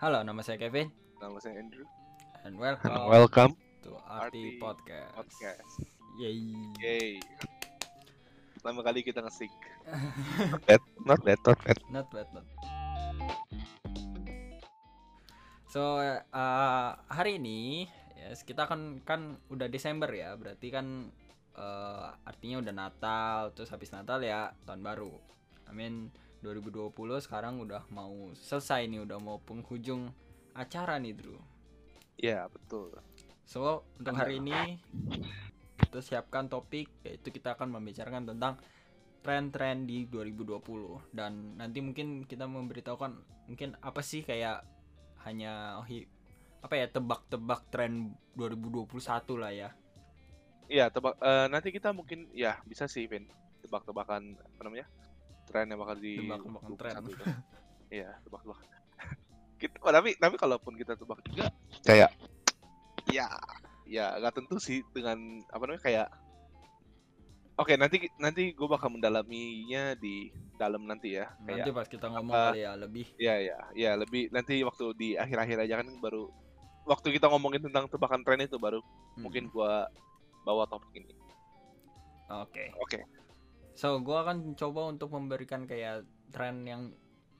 Halo, nama saya Kevin Nama saya Andrew. and And welcome welcome. to Arti RT Podcast. Podcast. Yay. Yay. Pertama kali kita nge-sync. Not bad. Not bad, not. So, hari ini yes, kita kan udah Desember ya, berarti kan artinya udah Natal, terus habis Natal ya tahun baru. 2020 sekarang udah mau selesai nih, udah mau penghujung acara nih, Drew. Ya, betul. So, untuk hari ini kita siapkan topik, yaitu kita akan membicarakan tentang tren-tren di 2020. Dan nanti mungkin kita memberitahukan mungkin apa sih, kayak hanya tebak-tebak tren 2021 lah ya. Iya, nanti kita mungkin ya bisa sih, Vin. Tebak-tebakan apa namanya? Tren yang bakal di Tebak-tebakan tren. Iya, tebak-tebak. Tapi kalaupun kita tebak juga Kayak ya nggak tentu sih dengan apa namanya kayak Oke, nanti gue bakal mendalaminya di dalam nanti ya. Nanti pas kita ngomong apa- kali ya lebih. Ya lebih nanti waktu di akhir-akhir aja kan baru waktu kita ngomongin tentang tebakan tren itu baru mungkin gua bawa topik ini. Oke. Oke. So, gua akan coba untuk memberikan kayak tren yang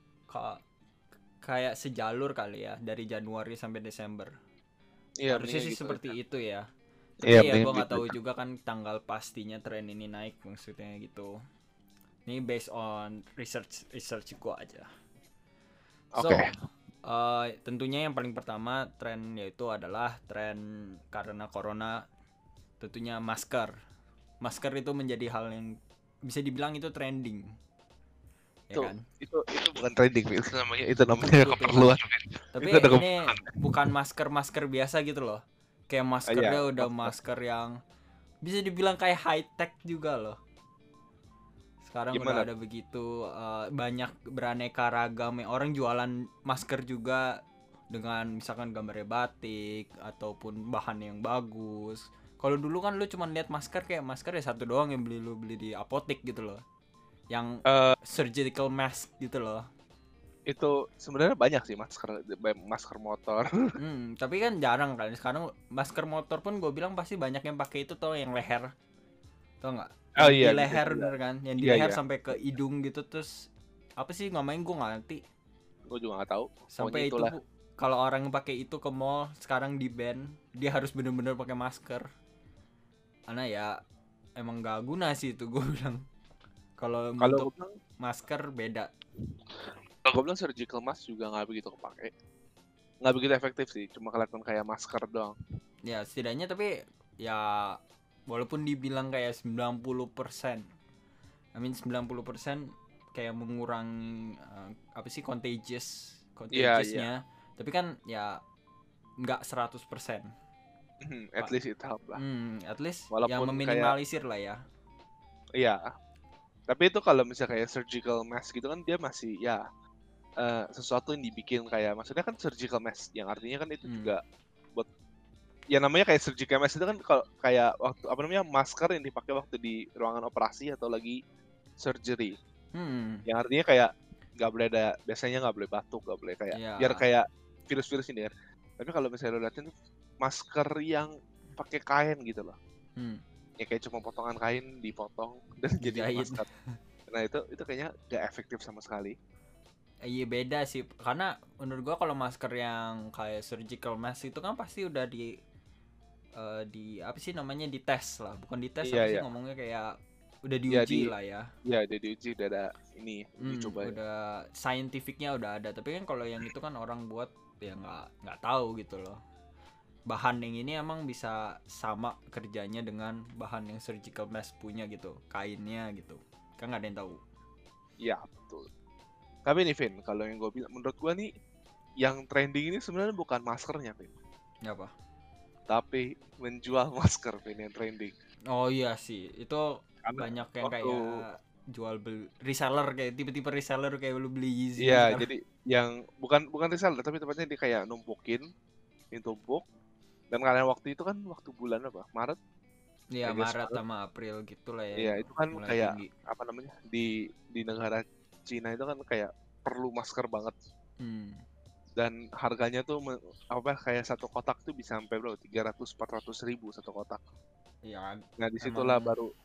kayak sejalur kali ya, dari Januari sampai Desember. Iya, Harusnya sih gitu. seperti itu ya. Iya, Tapi ya gue mending nggak gitu. tahu juga kan tanggal pastinya tren ini naik, maksudnya gitu. Ini based on research gue aja. So, Oke. tentunya yang paling pertama tren yaitu adalah tren karena corona, tentunya masker. Masker itu menjadi hal yang bisa dibilang itu trending, ya kan? Itu bukan trending, itu namanya Kebutuhan. keperluan. Tapi Itu ada ini bukan masker biasa gitu loh. Kayak maskernya Iya, udah masker yang bisa dibilang kayak high tech juga loh. Sekarang Gimana? udah ada begitu banyak beraneka ragam ya. Orang jualan masker juga dengan misalkan gambarnya batik ataupun bahan yang bagus. Kalau dulu kan lu cuma lihat masker kayak masker ya satu doang yang beli di apotek gitu loh. Yang surgical mask gitu loh. Itu sebenarnya banyak sih masker motor. Tapi kan jarang kan. Sekarang masker motor pun gue bilang pasti banyak yang pakai itu tuh yang leher. Tau nggak? Oh Yang iya, di leher gitu. bener kan? Yang di Iya, leher iya. sampai ke hidung gitu, terus apa sih ngomongin gue nggak ngerti. Gue juga nggak tahu. Sampai itu kalau orang pakai itu ke mall sekarang di ban, dia harus bener-bener pakai masker. Karena ya emang gak guna sih itu gue bilang. Kalau untuk masker beda. Kalau gue bilang surgical mask juga nggak begitu kepake. Nggak begitu efektif sih, cuma kelihatan kayak masker doang. Ya setidaknya, tapi ya walaupun dibilang kayak 90%, 90% kayak mengurangi contagiousnya. Tapi kan ya nggak 100%. At least it help lah. At least Walaupun yang meminimalisir lah ya. Iya. Tapi itu kalau misalnya kayak surgical mask gitu kan dia masih ya sesuatu yang dibikin kayak, maksudnya kan surgical mask yang artinya kan itu juga buat ya namanya kayak surgical mask itu kan kalau kayak waktu apa namanya masker yang dipakai waktu di ruangan operasi atau lagi surgery. Yang artinya kayak nggak boleh ada, biasanya nggak boleh batuk, nggak boleh kayak biar kayak virus-virus ini kan. Tapi kalau misalnya lo liatin masker yang pakai kain gitu loh. Ya kayak cuma potongan kain dipotong dan jadi masker. Nah itu kayaknya nggak efektif sama sekali. Iya beda sih, karena menurut gua kalau masker yang kayak surgical mask itu kan pasti udah di apa sih namanya, dites lah, bukan dites sih ngomongnya kayak udah diuji lah ya. Iya, udah diuji, udah ada ini dicoba. Udah scientificnya udah ada. Tapi kan kalau yang itu kan orang buat ya nggak tahu gitu loh. Bahan yang ini emang bisa sama kerjanya dengan bahan yang surgical mask punya gitu, kainnya gitu. Kan nggak ada yang tahu. Iya betul. Tapi nih Vin, kalau yang gue bilang, menurut gue nih yang trending ini sebenarnya bukan maskernya Vin. Apa? Tapi menjual masker Vin yang trending. Oh iya sih, itu banyak yang kayak jual beli reseller, kayak tipe-tipe reseller kayak lu beli Yeezy. Iya, jadi yang bukan reseller tapi tepatnya dia kayak numpukin, ditumpuk. Dan karena waktu itu kan waktu bulan apa? Maret. Iya, Maret sama April gitu lah ya. Iya, itu kan kayak tinggi. Apa namanya? Di negara Cina itu kan kayak perlu masker banget. Dan harganya tuh kayak satu kotak tuh bisa sampai berapa? 300-400 ribu satu kotak. Ya Nah disitulah emang baru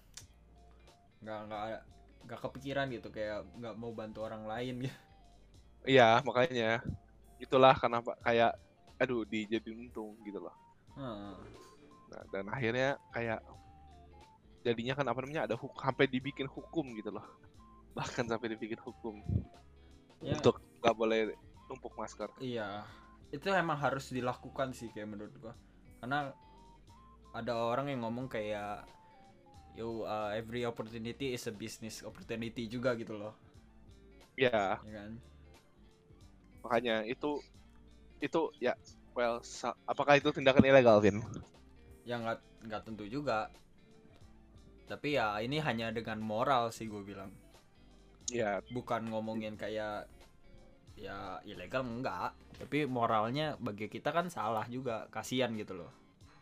nggak kepikiran gitu, kayak nggak mau bantu orang lain gitu. iya makanya itulah kenapa kayak aduh dijadiin untung gitu loh. Heeh. Nah, dan akhirnya kayak jadinya kan apa namanya ada sampai dibikin hukum gitu loh. Bahkan sampai dibikin hukum Ya untuk nggak boleh numpuk masker. iya, itu emang harus dilakukan sih kayak menurut gua, karena ada orang yang ngomong kayak every opportunity is a business opportunity juga gitu loh, Ya ya kan. makanya itu ya well apakah itu tindakan ilegal Vin? Ya nggak tentu juga, tapi ya ini hanya dengan moral sih gue bilang, Ya bukan ngomongin kayak ya ilegal enggak, tapi moralnya bagi kita kan salah juga, kasihan gitu loh,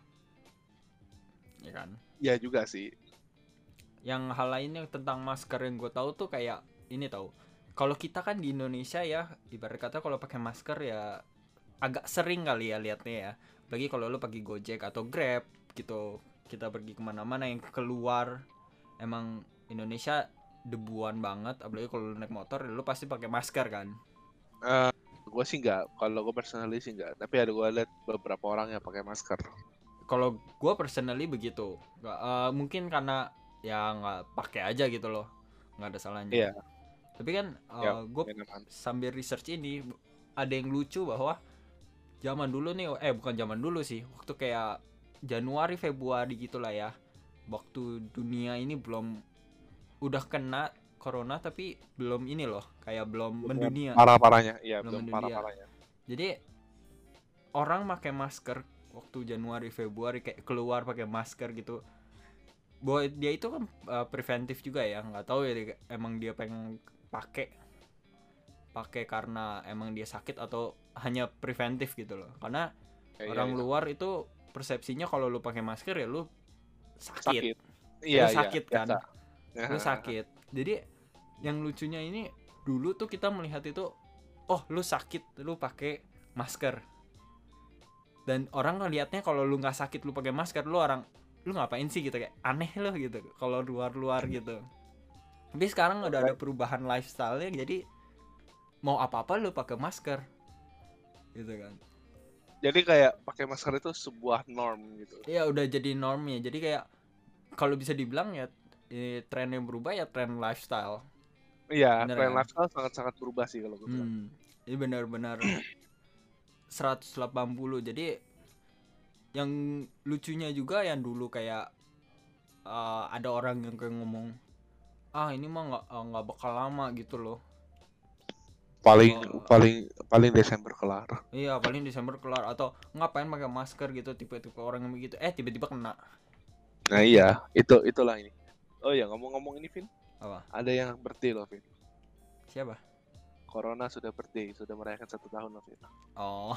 ya kan. ya juga sih. Yang hal lainnya tentang masker yang gue tahu tuh kayak ini tahu, kalau kita kan di Indonesia ya ibarat kata kalau pakai masker ya agak sering kali ya liatnya ya, bagi kalau lu pakai Gojek atau Grab gitu, kita pergi kemana-mana yang keluar, emang Indonesia debuan banget, apalagi kalau lu naik motor lu pasti pakai masker kan. Gue sih nggak, kalau gue personally sih nggak, tapi ada gue lihat beberapa orang yang pakai masker. Kalau gue personally begitu, mungkin karena ya nggak pakai aja gitu loh, nggak ada salahnya. Iya. Tapi kan Ya, gue enakan. sambil research ini ada yang lucu bahwa zaman dulu nih, bukan zaman dulu sih, waktu kayak Januari Februari gitulah ya, waktu dunia ini belum udah kena corona tapi belum ini loh, kayak belum mendunia, Parah-parahnya, iya belum belum mendunia. parah-parahnya. Jadi orang pakai masker waktu Januari Februari kayak keluar pakai masker gitu, bahwa dia itu kan preventif juga ya, nggak tahu ya emang dia pengen pakai karena emang dia sakit atau hanya preventif gitu loh, karena Iya, orang iya. luar itu persepsinya kalau lu pakai masker ya lu sakit, Sakit. Iya, lu sakit iya, kan, biasa. lu sakit. Jadi yang lucunya ini dulu tuh kita melihat itu, oh lu sakit lu pakai masker, dan orang ngelihatnya kalau lu nggak sakit lu pakai masker, lu ngapain sih gitu, kayak aneh loh gitu kalau luar gitu. Tapi sekarang udah ada perubahan lifestyle-nya, jadi mau apa-apa lu pakai masker gitu kan. Jadi kayak pakai masker itu sebuah norm gitu. Ya udah jadi normnya, jadi kayak kalau bisa dibilang ya tren yang berubah ya tren lifestyle. Iya, Bener tren kan? lifestyle sangat-sangat berubah sih kalau gue bilang. Ini benar-benar 180. Jadi yang lucunya juga yang dulu kayak ada orang yang kayak ngomong, ini mah nggak bakal lama gitu loh. Paling Desember kelar. Iya, paling Desember kelar, atau ngapain pakai masker gitu, tipe-tipe orang yang begitu, tiba-tiba kena. Nah iya, itulah ini. Oh ya, ngomong-ngomong ini Vin, Apa? ada yang birthday loh Vin. Siapa? Corona sudah birthday, sudah merayakan 1 tahun loh Vin. Oh,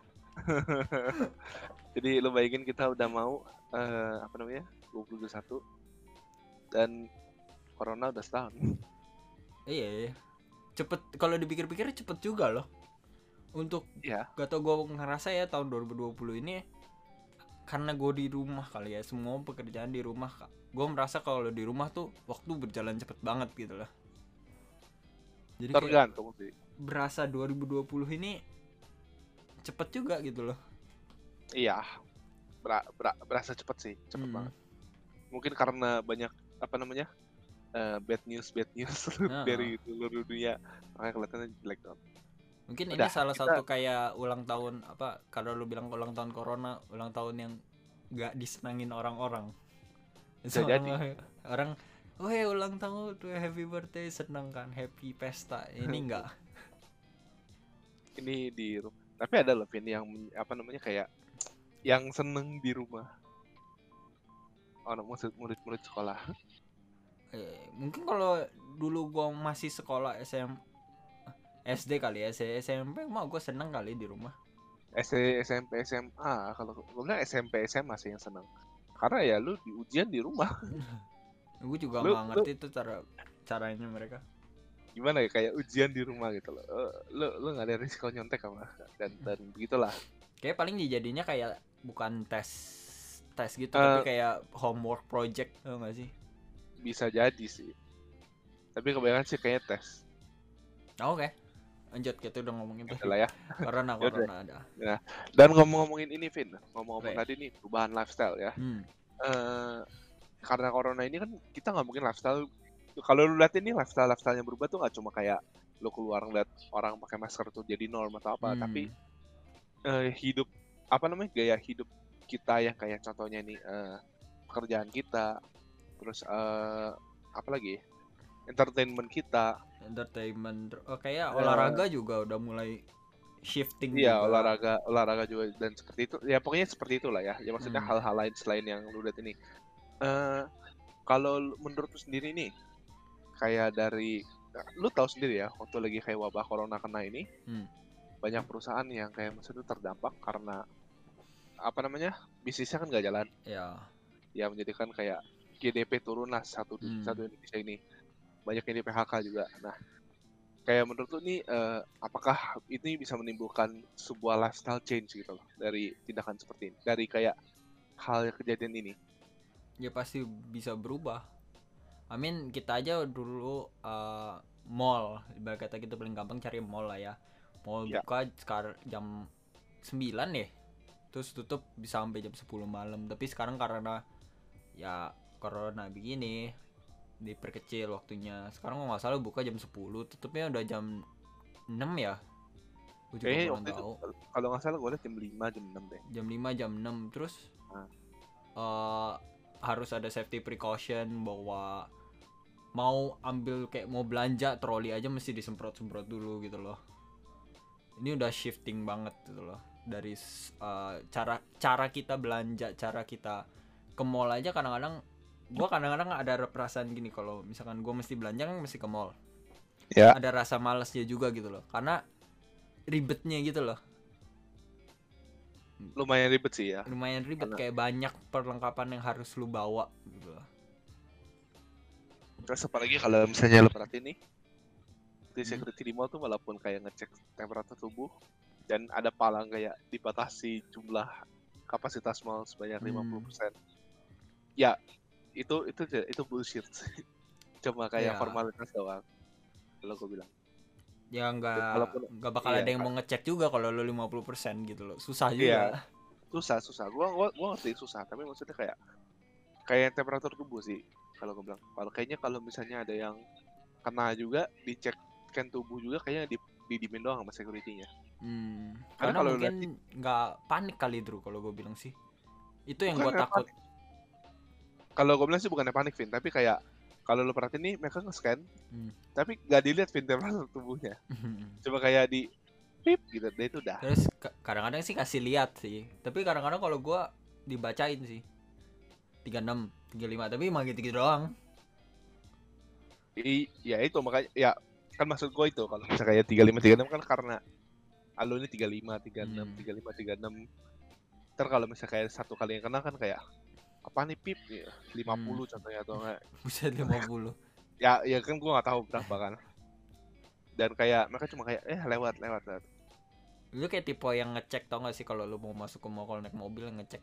Jadi lo bayangin kita udah mau 2021 dan Corona udah setahun. iya. Cepet, kalau dipikir-pikir cepet juga loh. Untuk Iya. gak tau, gue ngerasa ya tahun 2020 ini karena gue di rumah kali ya, semua pekerjaan di rumah, gue merasa kalau di rumah tuh waktu berjalan cepet banget gitu lah. Jadi kayak Tergantung sih. berasa 2020 ini cepet juga gitu loh. Iya. Berasa cepet sih, cepet banget. Mungkin karena banyak bad news Nah, dari seluruh dunia, makanya kelihatannya jelek banget. mungkin ini Udah, salah kita- satu kayak ulang tahun, apa kalau lu bilang ulang tahun corona, ulang tahun yang gak disenangin orang-orang. Bisa jadi. Orang, weh ulang tahun, happy birthday, seneng kan, happy pesta. Ini enggak. Ini di rumah. Tapi ada loh Vin yang kayak yang seneng di rumah. Murid-murid sekolah. Mungkin kalau dulu gua masih sekolah SD kali ya, SMP mah gua seneng kali di rumah. SMP, SMA, kalau gue bilang SMP, SMA sih yang seneng. Karena ya lu di ujian di rumah. Gue juga Lu- nggak ngerti tuh caranya mereka. gimana ya, kayak ujian di rumah gitu loh. Lo nggak ada risiko nyontek apa, dan begitulah. Kayak paling dijadinya kayak bukan tes gitu, Eh, tapi kayak homework project, tau gak sih? Bisa jadi sih, tapi kebanyakan sih kayaknya tes. Oke, lanjut, kita udah ngomongin Udah tadi lah ya. corona Yaudah. ada. Nah, dan ngomongin ini, Vin, ngomong-ngomong Oke. tadi nih perubahan lifestyle ya. Eh, karena corona ini kan kita nggak mungkin lifestyle. Kalau lu lihat ini lifestyle-lifestyle yang berubah tuh nggak cuma kayak lu keluar ngeliat orang pakai masker tuh jadi norm atau apa, tapi hidup apa namanya, gaya hidup kita yang kayak contohnya nih pekerjaan kita, terus apa lagi, entertainment kita. Entertainment, kayak Eh, olahraga juga udah mulai shifting Iya, juga. olahraga juga dan seperti itu. Ya pokoknya seperti itulah ya. Ya maksudnya Hmm. hal-hal lain selain yang lu lihat ini. Eh Kalau menurut lu sendiri nih, kayak dari lu tahu sendiri ya, waktu lagi kayak wabah corona kena ini, banyak perusahaan yang kayak maksudnya terdampak karena apa namanya, bisnisnya kan nggak jalan. Ya. Ya menjadikan kayak GDP turun lah satu Indonesia ini. Banyak yang di PHK juga. Nah, kayak menurut lu nih, apakah ini bisa menimbulkan sebuah lifestyle change gitu loh dari tindakan seperti ini, dari kayak hal kejadian ini? Ya pasti bisa berubah. I mean, kita aja dulu mall, ibarat kata kita paling gampang cari mall lah ya. Mall Ya. buka sekarang jam 9 ya. Terus tutup bisa sampai jam 10 malam. Tapi sekarang karena ya corona begini diperkecil waktunya. Sekarang nggak salah buka jam 10, tutupnya udah jam 6 ya. Gue juga Kayaknya kurang waktu itu tahu. kalau nggak salah gue liat jam 5 jam 6 deh. Jam 5 jam 6 terus Nah. harus ada safety precaution bahwa mau ambil kayak mau belanja troli aja mesti disemprot-semprot dulu gitu loh. Ini udah shifting banget gitu loh dari cara kita belanja, cara kita ke mall aja. Kadang-kadang ada perasaan gini, kalau misalkan gue mesti belanja kan mesti ke mall. Ya. Ada rasa malesnya juga gitu loh, karena ribetnya gitu loh. Lumayan ribet sih ya. Lumayan ribet, kayak banyak perlengkapan yang harus lu bawa gitu loh. Terus apalagi kalau misalnya lo perhatiin nih, di security di mall tuh walaupun kayak ngecek temperatur tubuh dan ada palang kayak dibatasi jumlah kapasitas mall sebanyak 50%. Ya, itu bullshit. Cuma kayak Ya. formalitas doang. Kalau gue bilang. Ya nggak bakal iya, ada yang mau ngecek juga kalau lu 50% gitu loh. Susah juga. Iya, susah. Gua ngerti susah, tapi maksudnya kayak temperatur tubuh sih kalau gue bilang. Kalau misalnya ada yang kena juga, dicek scan tubuh juga kayaknya didimin doang sama security-nya. Karena kalau mungkin nggak panik kali, Drew, kalau gue bilang sih. Itu yang gue Bukan takut. Kalau gue bilang sih bukannya panik, Vin, tapi kayak kalau lu perhatiin nih mereka nge-scan, tapi nggak dilihat Vin temperatur tubuhnya. Cuma kayak di pip gitu, deh itu udah. Terus kadang-kadang sih kasih lihat sih. Tapi kadang-kadang kalau gue dibacain sih 36, 35, tapi emang gitu-gitu doang. Ya itu makanya ya kan maksud gue itu kalau misalnya kayak 35 36 kan karena lu ini 35 36 ntar kalau misalnya kayak satu kali yang kena kan kayak apa nih pip ya, 50 contohnya atau enggak. Buset, 50. Ya kan gue nggak tahu berapa kan. Dan kayak mereka cuma kayak lewat. Lu kayak tipe yang ngecek, tau gak sih kalau lu mau masuk ke mall, kalau naik mobil ngecek.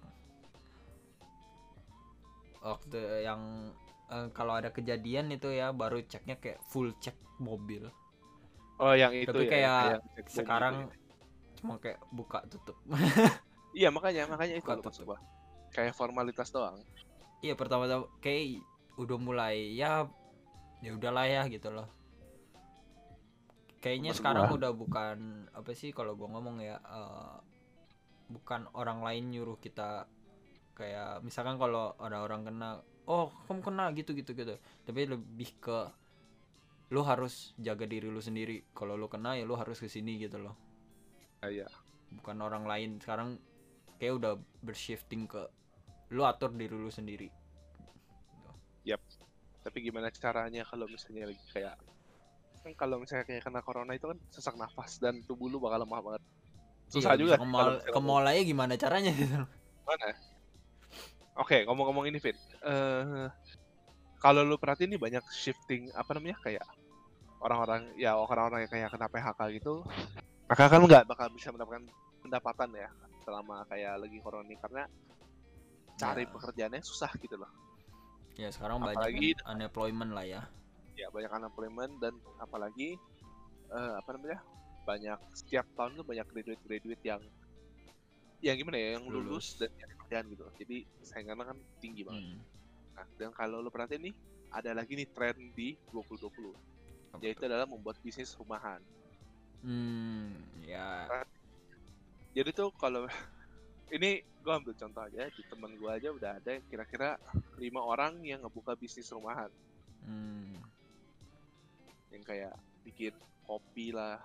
Waktu yang kalau ada kejadian itu ya baru ceknya kayak full cek mobil. Oh yang itu. Tapi ya, kayak yang sekarang gitu ya. cuma kayak buka tutup. Iya makanya itu Buka maksud tutup. gua. Kayak formalitas doang. Iya, pertama-tama kayak udah mulai ya udahlah ya gitu loh. Kayaknya Maksud sekarang gua. udah bukan apa sih kalau gua ngomong ya, bukan orang lain nyuruh kita. Kayak misalkan kalau ada orang kena, oh kamu kena gitu, tapi lebih ke lu harus jaga diri lu sendiri. Kalau lu kena ya lu harus kesini gitu loh. Iya. Bukan orang lain. Sekarang kayak udah bershifting ke lu atur diri lu sendiri. Yap. Tapi gimana caranya kalau misalnya lagi kayak kan kalau misalnya kayak kena corona itu kan sesak nafas dan tubuh lu bakal lemah banget. Susah Iya, juga bisa ke mall aja gimana caranya gitu. Mana? Oke, ngomong-ngomong ini, Fit. Kalau lu perhatiin nih banyak shifting apa namanya kayak orang-orang yang kayak kena PHK gitu, maka kan nggak bakal bisa mendapatkan pendapatan ya selama kayak lagi corona ini, karena cari Ya. pekerjaannya susah gitu loh. Ya sekarang Apalagi banyak unemployment lah ya. ya banyak unemployment, dan apalagi apa namanya, banyak setiap tahun tuh banyak graduate yang gimana ya, yang lulus Lulus. dan nyari kerjaan gitu. Jadi saingannya kan tinggi banget. Hmm. Nah, dan kalau lo perhatiin nih, ada lagi nih tren di 2020, Apa yaitu tuh? adalah membuat bisnis rumahan. Ya. Jadi tuh kalau ini gue ambil contoh aja, di teman gue aja udah ada kira-kira 5 orang yang ngebuka bisnis rumahan, Hmm. yang kayak bikin kopi lah,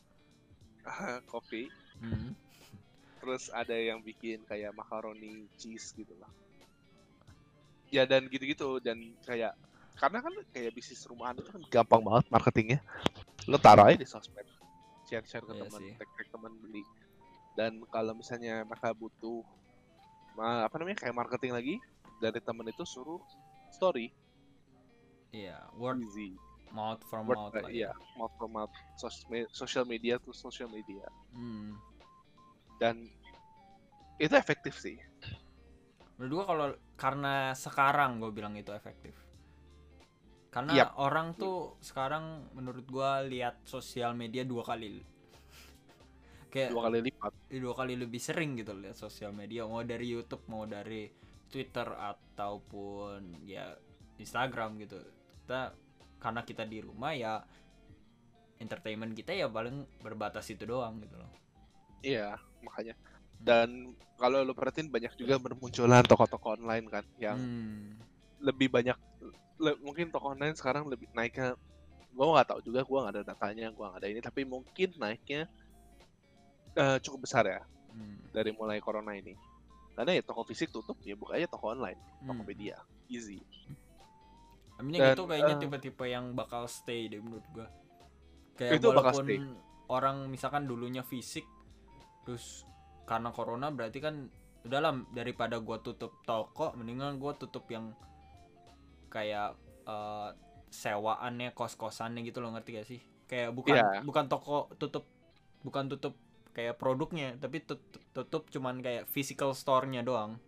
kopi, Hmm. terus ada yang bikin kayak makaroni cheese gitu lah. Ya dan gitu-gitu, dan kayak karena kan kayak bisnis rumahan itu kan gampang banget marketingnya. Lo taruh aja di sosmed, share-share ke Iya teman, sih. tag teman beli. Dan kalau misalnya mereka butuh apa namanya kayak marketing lagi, dari temen itu suruh story, Iya, word easy. mouth from Word, mouth lah iya, ya. mouth to mouth, social media to social media, Hmm. dan itu efektif sih. Menurut gua kalau karena sekarang gue bilang itu efektif. Karena Yap. orang tuh sekarang menurut gua lihat sosial media 2 kali. Kayak 2 kali lipat. 2 kali lebih sering gitu lihat sosial media, mau dari YouTube, mau dari Twitter ataupun ya Instagram gitu. Karena kita di rumah ya, entertainment kita ya paling berbatas itu doang gitu loh. Iya, makanya. Dan kalau lo perhatiin banyak juga bermunculan toko-toko online kan yang lebih banyak, mungkin toko online sekarang lebih naiknya, gue nggak tahu juga, gue nggak ada datanya, gue nggak ada ini, tapi mungkin naiknya cukup besar ya dari mulai corona ini. Karena ya toko fisik tutup, ya buka aja toko online, Tokopedia, easy. Aminnya Dan, gitu kayaknya tipe-tipe yang bakal stay deh menurut gua. Kayak itu bakal walaupun stay. orang misalkan dulunya fisik, terus karena corona berarti kan udahlah, daripada gua tutup toko, mendingan gua tutup yang kayak sewaannya, kos-kosannya gitu loh, ngerti gak sih? Kayak Iya. bukan toko tutup, bukan tutup kayak produknya, tapi tutup cuman kayak physical store-nya doang.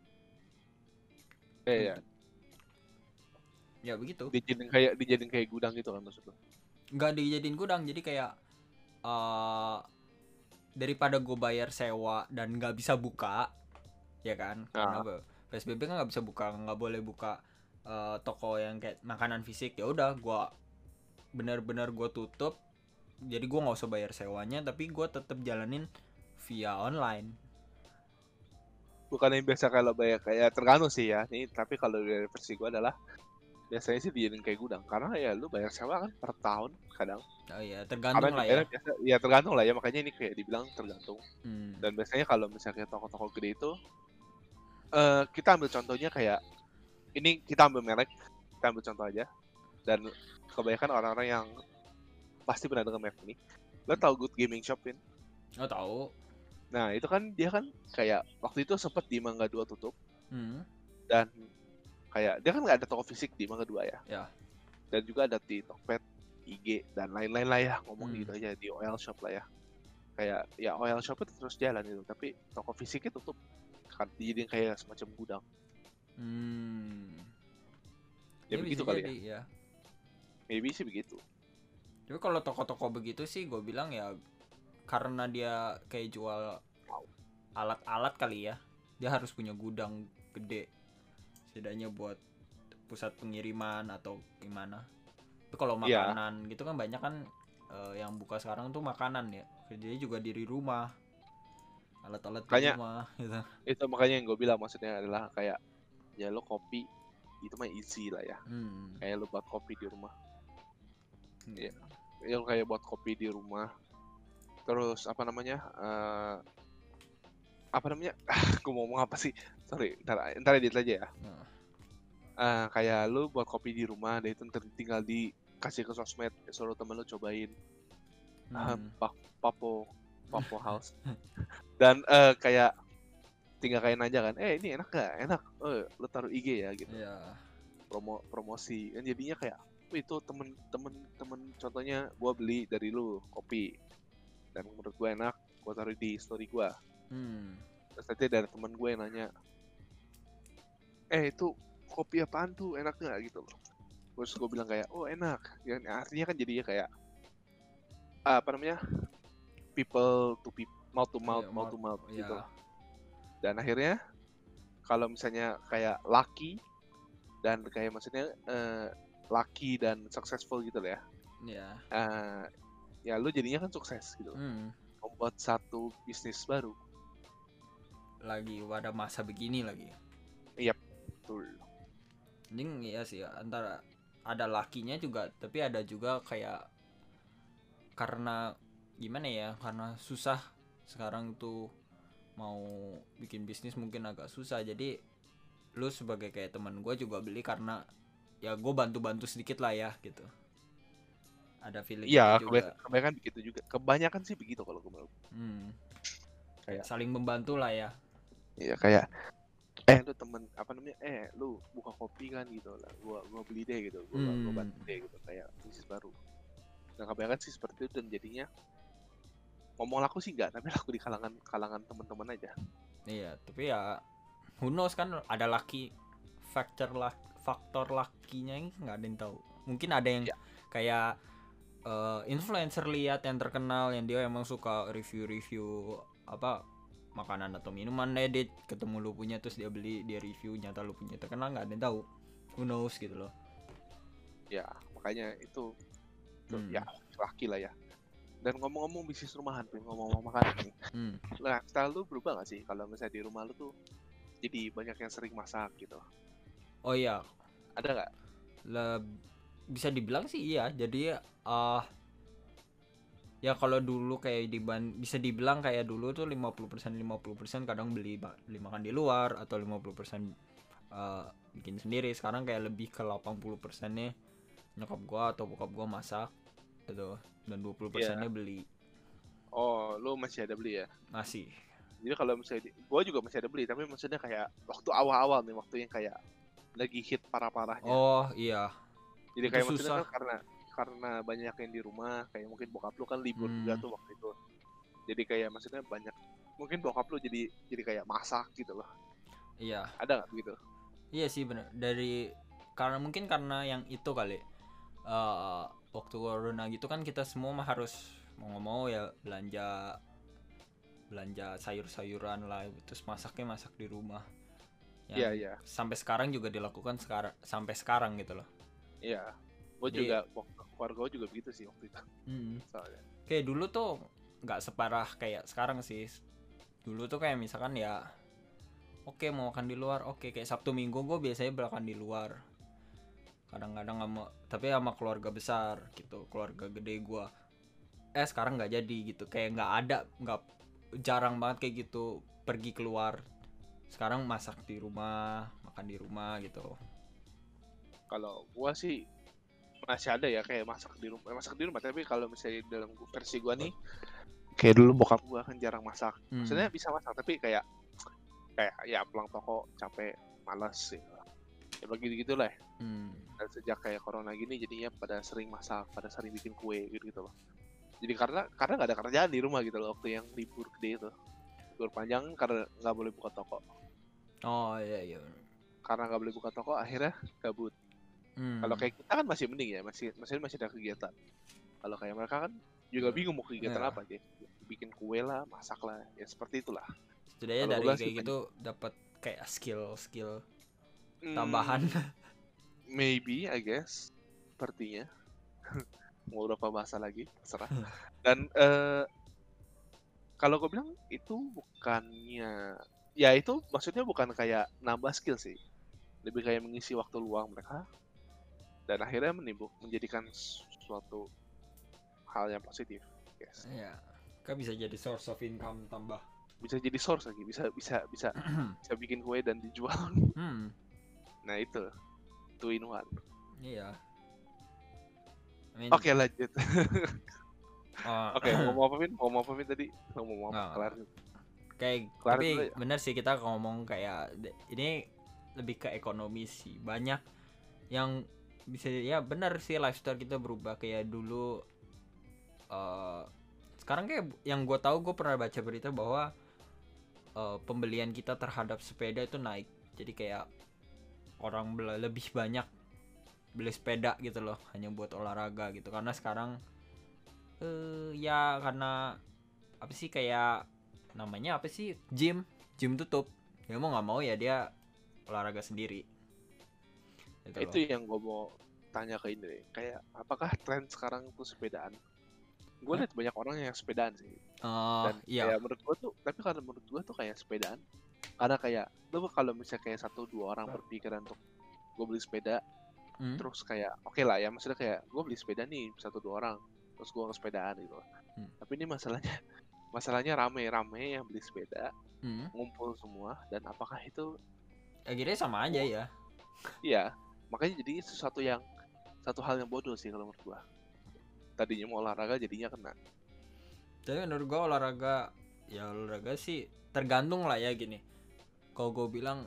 Iya. Ya begitu. Dijadiin kayak gudang gitu kan maksud lo? Nggak dijadiin gudang, jadi kayak daripada gue bayar sewa dan nggak bisa buka, ya kan? Karena PSBB kan nggak bisa buka, nggak boleh buka toko yang kayak makanan fisik. Ya udah, gue benar-benar gue tutup. Jadi gue nggak usah bayar sewanya, tapi gue tetap jalanin via online. Bukan yang biasa kalau bayar, kayak tergantung sih ya. Nih, tapi kalau dari versi gue adalah biasanya sih dijadiin kayak gudang, karena ya lu bayar sewa kan per tahun kadang. Oh iya, tergantung lah ya. Biasa, ya tergantung lah ya, makanya ini kayak dibilang tergantung. Hmm. Dan biasanya kalau misalnya toko-toko gede itu, kita ambil contohnya kayak ini, kita ambil merek, kita ambil contoh aja. Dan kebanyakan orang-orang yang pasti pernah dengar merek ini. Lo tau Good Gaming Shop kan? Oh tahu. Nah itu kan dia kan kayak waktu itu sempat di Mangga 2 tutup. Dan kayak dia kan nggak ada toko fisik di Mangga 2 ya. Ya. Dan juga ada di Tokped, IG, dan lain-lain lah ya, ngomong gitu aja, di OL Shop lah ya. Kayak ya OL Shop itu terus jalan itu, tapi toko fisiknya tutup kan, dijadiin kayak semacam gudang. Ya begitu kali ya. Maybe sih begitu. Tapi kalau toko-toko begitu sih gue bilang ya, karena dia kayak jual alat-alat kali ya, dia harus punya gudang gede setidaknya buat pusat pengiriman atau gimana. Tapi kalau makanan gitu kan banyak kan yang buka sekarang tuh makanan ya, kerjanya juga di rumah, alat-alat di rumah gitu. Itu makanya yang gue bilang, maksudnya adalah kayak ya lo kopi itu mah easy lah ya. Kayak lo buat kopi di rumah. Ya lo kayak buat kopi di rumah. Terus apa namanya? Gue mau ngomong apa sih? Sorry, ntar edit aja ya. Kayak lu buat kopi di rumah, deh itu tinggal dikasih ke sosmed, suruh temen lu cobain. Papo House. Dan kayak tinggal kain aja kan, ini enak gak? Enak. Lu taruh IG ya gitu. Yeah. Promosi. Kan jadinya kayak itu temen contohnya gue beli dari lu kopi dan menurut gue enak, gue taruh di story gue. Terus nanti ada temen gue yang nanya, itu kopi apaan tuh, enak nggak gitu loh. Terus gue bilang kayak, oh enak. Ya, artinya kan jadinya kayak apa namanya, people to people, mouth to mouth, Iya, mouth to mouth iya. gitu. Dan akhirnya kalau misalnya kayak lucky dan kayak maksudnya lucky dan successful gitu lah ya. Iya. Ya lu jadinya kan sukses gitu. Membuat satu bisnis baru. Lagi pada masa begini lagi. Iya, betul. Ini ya sih, antara ada lakinya juga, tapi ada juga kayak karena gimana ya, karena susah sekarang tuh mau bikin bisnis mungkin agak susah. Jadi lu sebagai kayak teman gue juga beli karena ya gue bantu-bantu sedikit lah ya gitu. Ada feeling Iya, gitu juga. kebanyakan begitu juga. Kebanyakan sih begitu kalau gue menurut. Kayak saling membantu lah ya. Iya kayak lu temen apa namanya, lu buka kopi kan gitu lah, gua beli deh gitu, gua bantu deh gitu, kayak bisnis baru. Nah kebanyakan sih seperti itu, dan jadinya ngomong laku sih enggak, tapi laku di kalangan teman-teman aja. Iya, tapi ya who knows kan, ada laki faktor lakinya ini nggak ada yang tahu. Mungkin ada yang kayak influencer lihat yang terkenal, yang dia emang suka review apa makanan atau minuman, edit ketemu lu punya terus dia beli, dia review, nyata lu punya terkenal, nggak ada yang tahu. Who knows gitu loh. Ya makanya itu ya laki lah ya. Dan ngomong-ngomong bisnis rumahan, ngomong-ngomong makanan nih, nah style lu berubah nggak sih kalau misalnya di rumah lu tuh jadi banyak yang sering masak gitu? Oh iya, ada nggak? Bisa dibilang sih iya. Jadi ya kalau dulu kayak bisa dibilang kayak dulu tuh 50% kadang beli makan di luar, atau 50% bikin sendiri. Sekarang kayak lebih ke 80%-nya nyokap gua atau bokap gua masak gitu, dan 20%-nya beli. Oh, lu masih ada beli ya? Masih. Jadi kalau misalnya gua juga masih ada beli, tapi maksudnya kayak waktu awal-awal nih, waktu yang kayak lagi hit parah-parahnya. Oh iya. Jadi itu kayak susah. maksudnya kan karena banyak yang di rumah, kayak mungkin bokap lu kan libur juga tuh waktu itu. Jadi kayak maksudnya banyak, mungkin bokap lu jadi kayak masak gitu loh. Iya. Ada nggak begitu? Iya sih benar. Karena yang itu kali. Waktu corona gitu kan kita semua harus mau ya belanja sayur-sayuran lah, terus masak di rumah. Iya. Sampai sekarang juga dilakukan sampai sekarang gitu loh. Iya. Gue juga, keluarga gue juga begitu sih waktu itu. Soalnya. Kayak dulu tuh nggak separah kayak sekarang sih. Dulu tuh kayak misalkan ya, oke, mau makan di luar, oke, kayak Sabtu Minggu gue biasanya makan di luar. Kadang-kadang tapi sama keluarga besar gitu, keluarga gede gue. Sekarang nggak jadi gitu, kayak nggak jarang banget kayak gitu pergi keluar. Sekarang masak di rumah, makan di rumah gitu. Kalau gue sih masih ada ya kayak masak di rumah, tapi kalau misalnya dalam versi gue nih, kayak dulu bokap gue kan jarang masak. Maksudnya bisa masak, tapi kayak ya pulang toko capek, malas sih. Ya begitu lah. Dan sejak kayak corona gini jadinya pada sering masak, pada sering bikin kue gitu loh. Jadi karena nggak ada kerjaan di rumah gitu loh waktu yang libur gede itu. Libur panjang karena nggak boleh buka toko. Oh iya. Karena nggak boleh buka toko akhirnya gabut. Kalau kayak kita kan masih mending ya, masih ada kegiatan. Kalau kayak mereka kan juga bingung mau kegiatan apa aja. Bikin kue lah, masak lah, ya seperti itulah. Setidaknya dari kayak gitu dapat kayak skill tambahan. Maybe, I guess, sepertinya. Mau berapa bahasa lagi, terserah. Dan kalau gue bilang itu bukannya, ya itu maksudnya bukan kayak nambah skill sih, lebih kayak mengisi waktu luang mereka, dan akhirnya menjadikan suatu hal yang positif, guys. Iya, kan bisa jadi source of income tambah. Bisa jadi source lagi, bisa bikin kue dan dijual. Nah itu in one. Iya. Oke, lanjut. Oke, mau apa Vin tadi? Mau apa? Kelar. Tapi bener sih kita ngomong kayak ini lebih ke ekonomi sih. Banyak yang bisa ya benar sih, lifestyle kita berubah. Kayak dulu sekarang kayak yang gue tahu, gue pernah baca berita bahwa pembelian kita terhadap sepeda itu naik. Jadi kayak orang lebih banyak beli sepeda gitu loh, hanya buat olahraga gitu. Karena sekarang ya karena apa sih, kayak namanya apa sih, gym tutup. Ya mau nggak mau ya dia olahraga sendiri gitu Itu loh. yang gue mau tanya ke ini deh. Kayak apakah tren sekarang tuh sepedaan? Gue Hah? lihat banyak orang yang sepedaan sih. Dan Iya. kayak menurut gue tuh, tapi kalau menurut gue tuh kayak sepedaan. Karena kayak lu kalau misalnya kayak 1-2 orang berpikiran untuk gue beli sepeda, terus kayak oke lah ya, maksudnya kayak gue beli sepeda nih 1-2 orang, terus gue sepedaan gitu. Tapi ini masalahnya rame-rame yang beli sepeda, ngumpul semua, dan apakah itu Akhirnya sama aja ya. iya, makanya jadi satu hal yang bodoh sih kalau menurut gua. Tadinya mau olahraga jadinya kena. Tapi menurut gue olahraga sih tergantung lah ya gini. Kalau gue bilang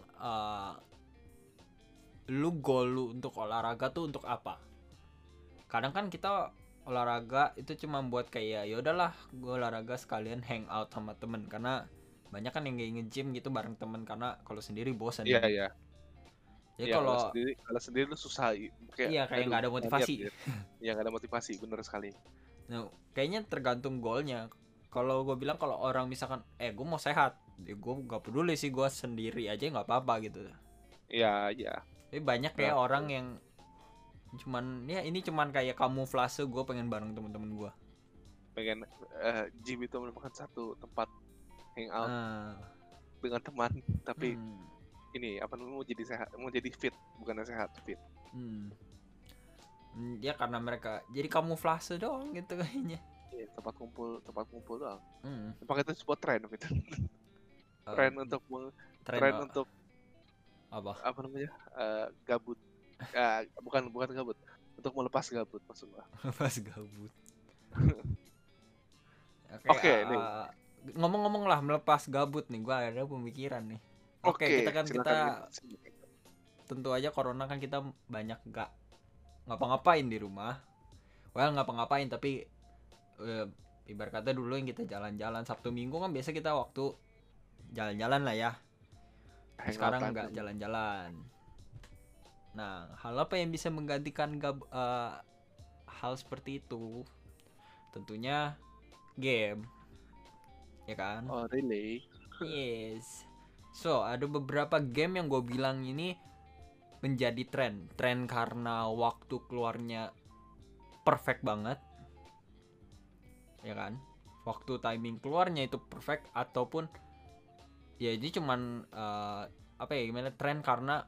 lu goal lu untuk olahraga tuh untuk apa? Kadang kan kita olahraga itu cuma buat kayak ya udahlah gue olahraga sekalian hang out sama temen, karena banyak kan yang kayak nge-gym gitu bareng temen, karena kalau sendiri bosan. Iya iya. Jadi Iya kalau kalau sendiri lu susah kayak iya kayak aduh, nggak ada monyet motivasi. gitu. Iya nggak ada motivasi, bener sekali. Nah, kayaknya tergantung goalnya. Kalau gue bilang kalau orang misalkan gue mau sehat, ya gue nggak peduli sih, gue sendiri aja nggak apa-apa gitu. Iya iya. Tapi banyak kayak orang yang cuman ya ini cuman kayak kamuflase, gue pengen bareng temen-temen gue. Pengen gym itu merupakan satu tempat hangout dengan teman, tapi ini apa namanya, mau jadi sehat, mau jadi fit, bukan sehat, fit. Ya karena mereka jadi kamuflase doang gitu kayaknya. Iya, tempat kumpul doang. Pakai itu sebuah tren gitu. Tren untuk apa namanya, gabut. Bukan gabut, untuk melepas gabut maksud gua. Melepas gabut. Oke, nih. Ngomong-ngomong lah melepas gabut nih, gua ada pemikiran nih. Oke, kita tentu aja corona kan kita banyak gak ngapa-ngapain di rumah. Well, ngapa-ngapain tapi ibarat kata dulu yang kita jalan-jalan Sabtu Minggu kan biasa kita waktu jalan-jalan lah ya. Sekarang nggak jalan-jalan. Nah, hal apa yang bisa menggantikan hal seperti itu? Tentunya game, ya kan? Oh really? Yes. So ada beberapa game yang gue bilang ini menjadi tren karena waktu keluarnya perfect banget, ya kan? Waktu timing keluarnya itu perfect, ataupun ya ini cuman apa ya gimana, tren karena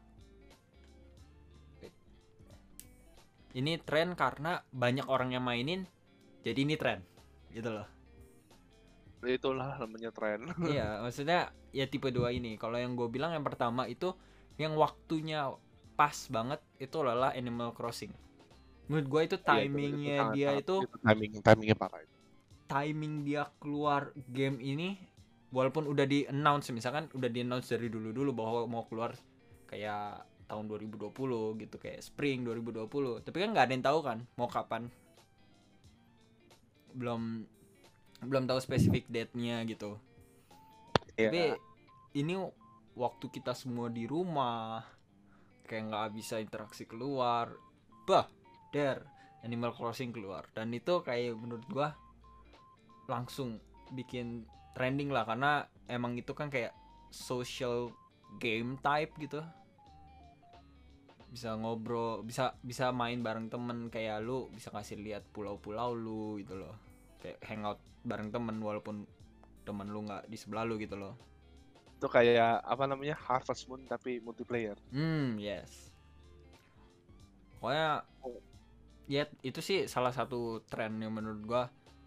ini tren karena banyak orang yang mainin, jadi ini tren gitu loh. Itulah namanya tren. Iya, maksudnya ya tipe 2 ini. Kalau yang gue bilang yang pertama itu yang waktunya pas banget, itu adalah Animal Crossing. Menurut gue itu timingnya itu timingnya parah itu. Timing dia keluar game ini, walaupun udah di announce, misalkan udah di announce dari dulu bahwa mau keluar kayak tahun 2020 gitu, kayak spring 2020, tapi kan nggak ada yang tahu kan mau kapan. Belum tahu spesifik date-nya gitu. Tapi ini waktu kita semua di rumah, kayak nggak bisa interaksi keluar, Animal Crossing keluar, dan itu kayak menurut gua langsung bikin trending lah, karena emang itu kan kayak social game type gitu, bisa ngobrol, bisa main bareng temen, kayak lu bisa kasih lihat pulau-pulau lu gitu loh, kayak hangout bareng temen walaupun temen lu nggak di sebelah lu gitu loh. Itu kayak apa namanya, Harvest Moon tapi multiplayer. Yes. Pokoknya ya itu sih salah satu tren yang menurut gua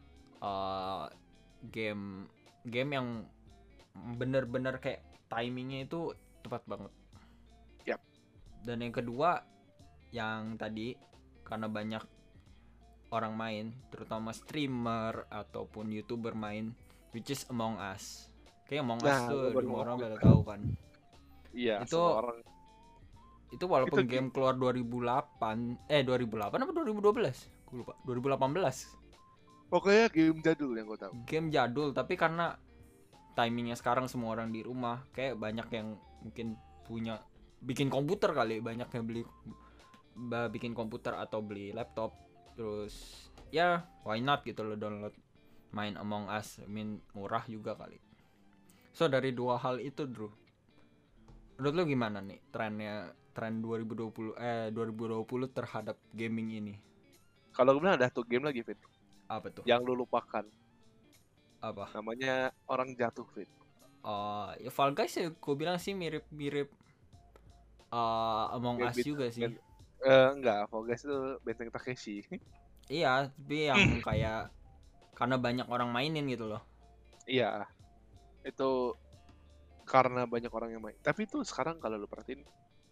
game yang bener-bener kayak timingnya itu tepat banget. Yap. Dan yang kedua yang tadi, karena banyak orang main, terutama streamer ataupun YouTuber main, which is Among Us. Kayak Among Us tuh semua orang pada tahu kan. Iya, itu Itu walaupun Itu game keluar 2008 apa 2012? Gue lupa. 2018. pokoknya game jadul yang gue tahu. Game jadul tapi karena timingnya sekarang semua orang di rumah, kayak banyak yang mungkin punya bikin komputer kali, banyak yang beli bikin komputer atau beli laptop, terus ya why not gitu lo download main Among Us, murah juga kali. So dari dua hal itu Drew, menurut lo gimana nih tren 2020 terhadap gaming ini? Kalau gue bilang ada tuh game lagi, Fit, Apa tuh? yang lu lupakan. Apa? Namanya Orang Jatuh, Fit. Ya Fall Guys ya gue bilang sih mirip Among Us juga sih. Enggak, Fall Guys itu Benteng Takeshi. Iya, tapi yang kayak karena banyak orang mainin gitu loh. Iya, itu karena banyak orang yang main. Tapi itu sekarang kalau lu perhatiin,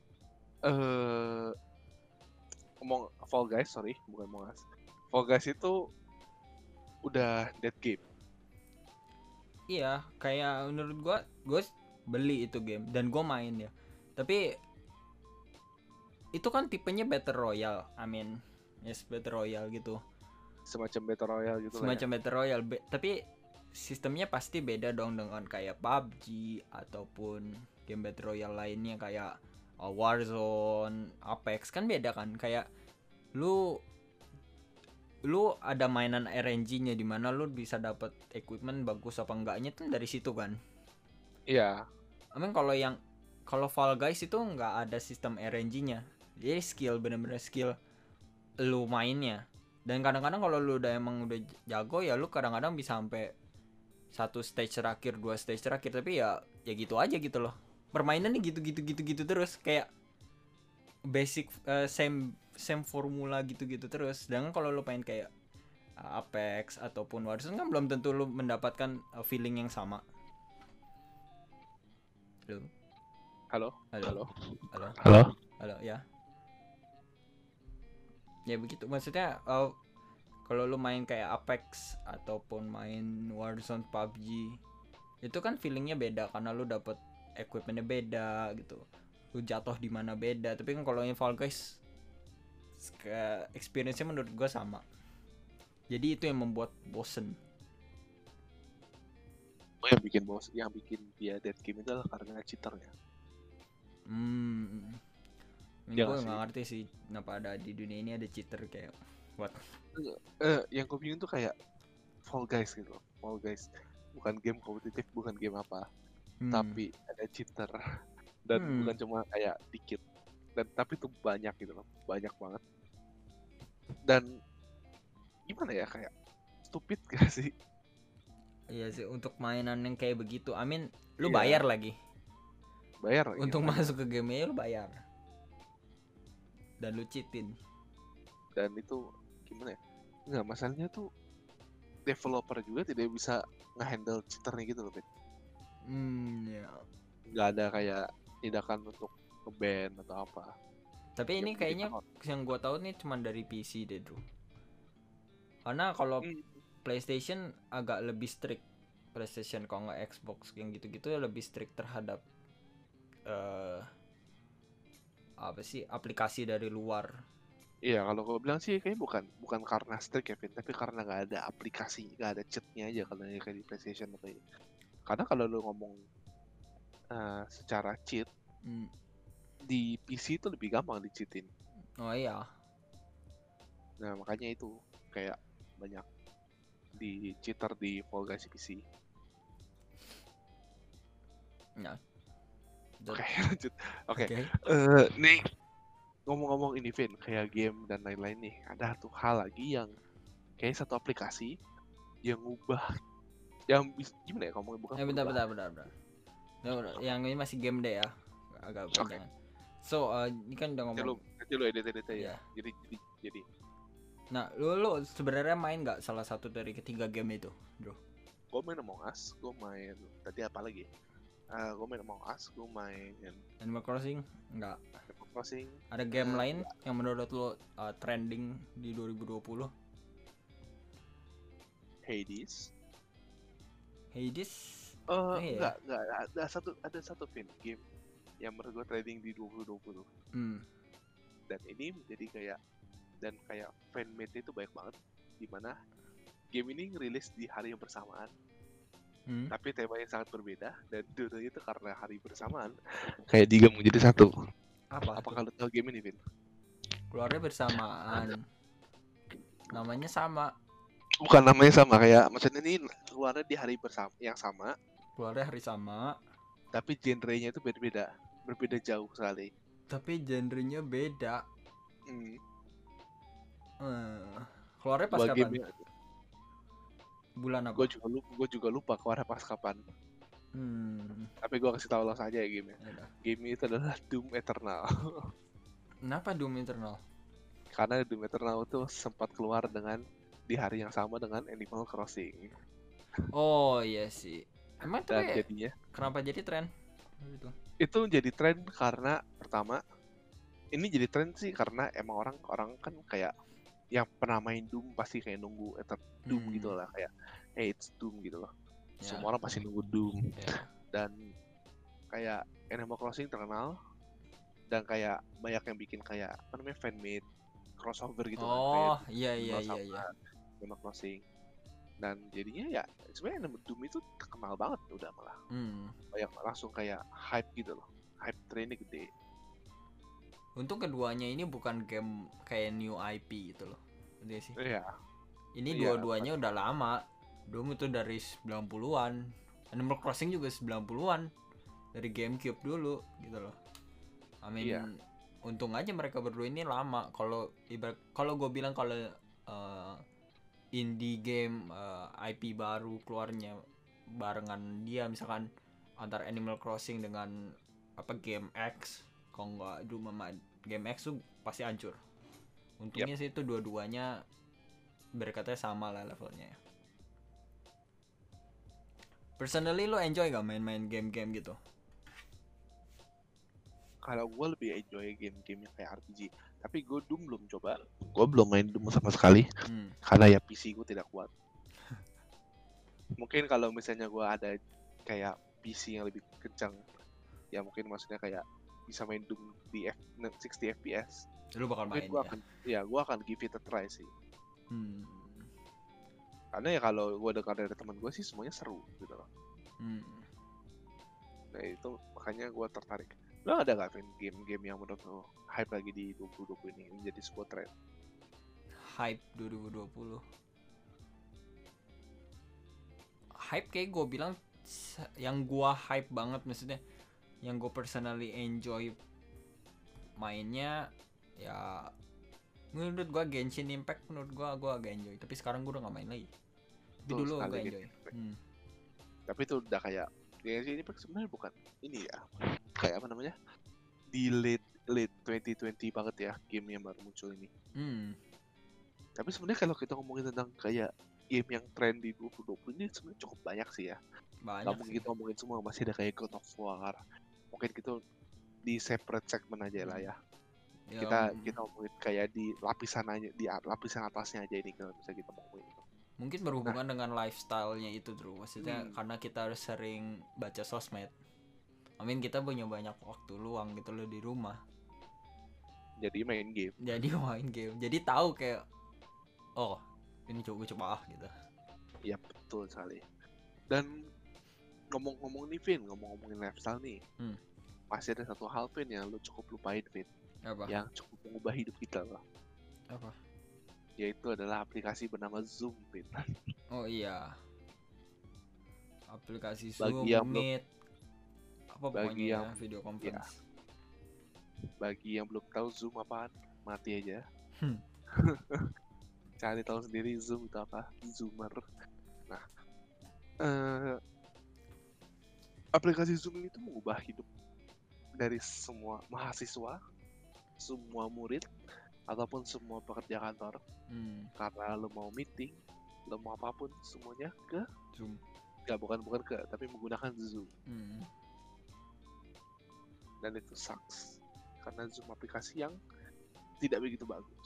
Fall Guys, sorry, bukan Among Us. Fall Guys itu udah dead game. Iya, kayak menurut gue beli itu game dan gue main ya. Tapi itu kan tipenya Battle Royale, yes Battle Royale gitu. Semacam Battle Royale gitu lah ya. Semacam Battle Royale, tapi sistemnya pasti beda dong dengan kayak PUBG ataupun game Battle Royale lainnya kayak Warzone, Apex, kan beda kan. Kayak lu ada mainan RNG-nya di mana lu bisa dapat equipment bagus apa enggaknya tuh dari situ kan. Iya, Kalau Fall Guys itu nggak ada sistem RNG-nya. Jadi bener-bener skill lu mainnya. Dan kadang-kadang kalau lu emang udah jago ya lu kadang-kadang bisa sampai 1 stage terakhir, 2 stage terakhir, tapi ya gitu aja gitu loh. Permainannya gitu terus kayak basic same formula gitu terus. Sedangkan kalau lu pengen kayak Apex ataupun Warzone kan belum tentu lu mendapatkan feeling yang sama. halo. Halo ya. Ya begitu maksudnya, kalau lu main kayak Apex ataupun main Warzone, PUBG, itu kan feelingnya beda karena lu dapet equipmentnya beda gitu, lu jatuh di mana beda. Tapi kan kalau yang Fall Guys experience-nya menurut gue sama, jadi itu yang membuat bosen. Yang bikin dia dead game itu adalah karena cheaternya. Gue nggak ngerti sih kenapa ada di dunia ini ada cheater kayak what. Yang gue bingung tuh kayak Fall Guys gitu. Fall Guys bukan game kompetitif, bukan game apa, tapi ada cheater dan bukan cuma kayak dikit, dan tapi tuh banyak gitu loh, banyak banget. Dan gimana ya, kayak stupid gak sih? Iya sih, untuk mainan yang kayak begitu, lu Iya. bayar lagi. Bayar lagi. Untuk masuk ke game lu bayar. Dan lu cheatin. Dan itu gimana ya? Nggak, masalahnya tuh developer juga tidak bisa nge-handle cheaternya gitu loh, Bet. Ya. Nggak ada kayak tindakan untuk nge-ban atau apa. Tapi ini kayaknya yang gua tahu nih cuma dari PC deh, Drew. Karena kalau PlayStation agak lebih strict. PlayStation kalau nggak Xbox yang gitu-gitu lebih strict terhadap aplikasi dari luar. Iya, kalau gue bilang sih kayaknya bukan karena strict ya, Vin, tapi karena nggak ada aplikasi, nggak ada cheatnya aja kalau kayak di PlayStation atau ini. Karena kalau lu ngomong secara cheat, di PC itu lebih gampang di-cheatin. Oh iya. Nah makanya itu kayak banyak di cheater di Fall Guys PC. Ya. Oke, lanjut. Oke. Okay. Nih ngomong-ngomong ini, Vin, kayak game dan lain-lain nih, ada tuh hal lagi yang kayak satu aplikasi yang ngubah, yang gimana ya ngomongnya, bukan bentar. Yang ini masih game deh ya, agak panjang. So ini kan udah ngomong. Nanti lu edit ya. Jadi. Nah, lu sebenarnya main nggak salah satu dari ketiga game itu, bro? Gue main Among Us, gue main tadi apa lagi? Gue main Among Us, gue main Animal Crossing, enggak. Animal Crossing. Ada game lain yang menurut lu trending di 2020? Hades. Iya. Enggak, ada satu game yang menurut gue trending di 2020. Dan ini menjadi kayak fanmade itu banyak banget, dimana game ini rilis di hari yang bersamaan, tapi temanya sangat berbeda, dan dua-duanya itu karena hari bersamaan kayak digabung jadi satu. Apa Apakah lo tahu game ini, Vin? keluarnya bersamaan, namanya sama, Bukan namanya sama, kayak maksudnya ini keluarnya di hari yang sama, keluarnya hari sama tapi genrenya itu berbeda jauh sekali. tapi genrenya beda. Hmm. Keluarnya pas Dua kapan? game yang Bulan apa? gue juga lupa keluarnya pas kapan. Tapi gue kasih tahu lo saja ya gamenya. Yaudah. Game itu adalah Doom Eternal. Kenapa Doom Eternal? Karena Doom Eternal itu sempat keluar di hari yang sama dengan Animal Crossing. Oh iya sih. Emang Dan tapi jadinya kenapa jadi tren? Gitu. itu jadi tren karena pertama ini jadi tren sih karena emang orang kan kayak yang pernah main Doom pasti kayak nunggu Doom gitu lah, kayak hey it's Doom gitu loh. Ya. Semua orang pasti nunggu Doom. Ya. Dan kayak Animal Crossing terkenal dan kayak banyak yang bikin kayak apa namanya fanmade crossover gitu kan, kayak Oh iya. Animal Crossing. Dan jadinya ya sebenarnya Doom itu terkenal banget udah malah. Banyak langsung kayak hype gitu loh. Hype trainnya gede. Untung keduanya ini bukan game kayak new IP gitu loh. Udah sih. Iya. Ini Iya, dua-duanya udah lama. Doom itu dari 90-an. Animal Crossing juga 90-an. Dari GameCube dulu gitu loh. Iya. Untung aja mereka berdua ini lama. Kalau gue bilang kalau indie game IP baru keluarnya barengan dia, misalkan antar Animal Crossing dengan Game X, kalau nggak Doom sama Game X tuh pasti hancur. Untungnya sih itu dua-duanya berkatanya sama lah levelnya. Personally lo enjoy gak main-main game-game gitu? Kalau gue lebih enjoy game-game yang kayak RPG. Tapi gue Doom belum coba. Gue belum main Doom sama sekali. Karena ya PC gue tidak kuat. Mungkin kalau misalnya gue ada kayak PC yang lebih kencang, ya mungkin maksudnya kayak bisa main Doom di 60 FPS. Lu bakal main gue akan give it a try sih. Karena ya kalau gue dengar dari teman gue sih semuanya seru gitu loh. Nah itu makanya gue tertarik. Lo ada gak game-game yang menurut lo hype lagi di 2020 ini menjadi sebuah tren? Hype 2020. Hype kayak gue bilang yang gue hype banget, maksudnya yang gue personally enjoy mainnya ya menurut gue Genshin Impact. Menurut gue agak enjoy, tapi sekarang gue udah gak main lagi. Tapi dulu gue enjoy. Tapi itu udah kayak Genshin Impact sebenarnya bukan ini ya, kayak apa namanya, di late 2020 banget ya game yang baru muncul ini. Tapi sebenarnya kalau kita ngomongin tentang kayak game yang tren di 2020 ini sebenarnya cukup banyak sih ya. Gak mungkin kita ngomongin semua, masih ada kayak God of War. Mungkin kita di separate segment aja lah ya. Kita ngomongin kayak di lapisan atasnya aja ini kalau bisa kita ngomongin. Mungkin berhubungan dengan lifestyle-nya itu, Bro. Maksudnya karena kita sering baca sosmed. Kita punya banyak waktu luang gitu loh di rumah. Jadi main game. Jadi tahu kayak ini coba gitu. Ya betul sekali. Dan ngomongin Vin, ngomongin lifestyle nih. Masih ada satu hal Vin yang lu cukup lupain Vin. Apa? Yang cukup mengubah hidup kita loh. Apa? Yaitu adalah aplikasi bernama Zoom Vin. Oh iya. Aplikasi Bagi Zoom, yang Meet, bagi yang video conference. Bagi yang belum tahu Zoom apaan, mati aja. Cari tahu sendiri Zoom itu apa, Zoomer. Nah, aplikasi Zoom itu mengubah hidup dari semua mahasiswa, semua murid, ataupun semua pekerja kantor. Karena lo mau meeting, lo mau apapun, semuanya ke Zoom. Bukan ke, tapi menggunakan Zoom. Dan itu sucks karena Zoom aplikasi yang tidak begitu bagus.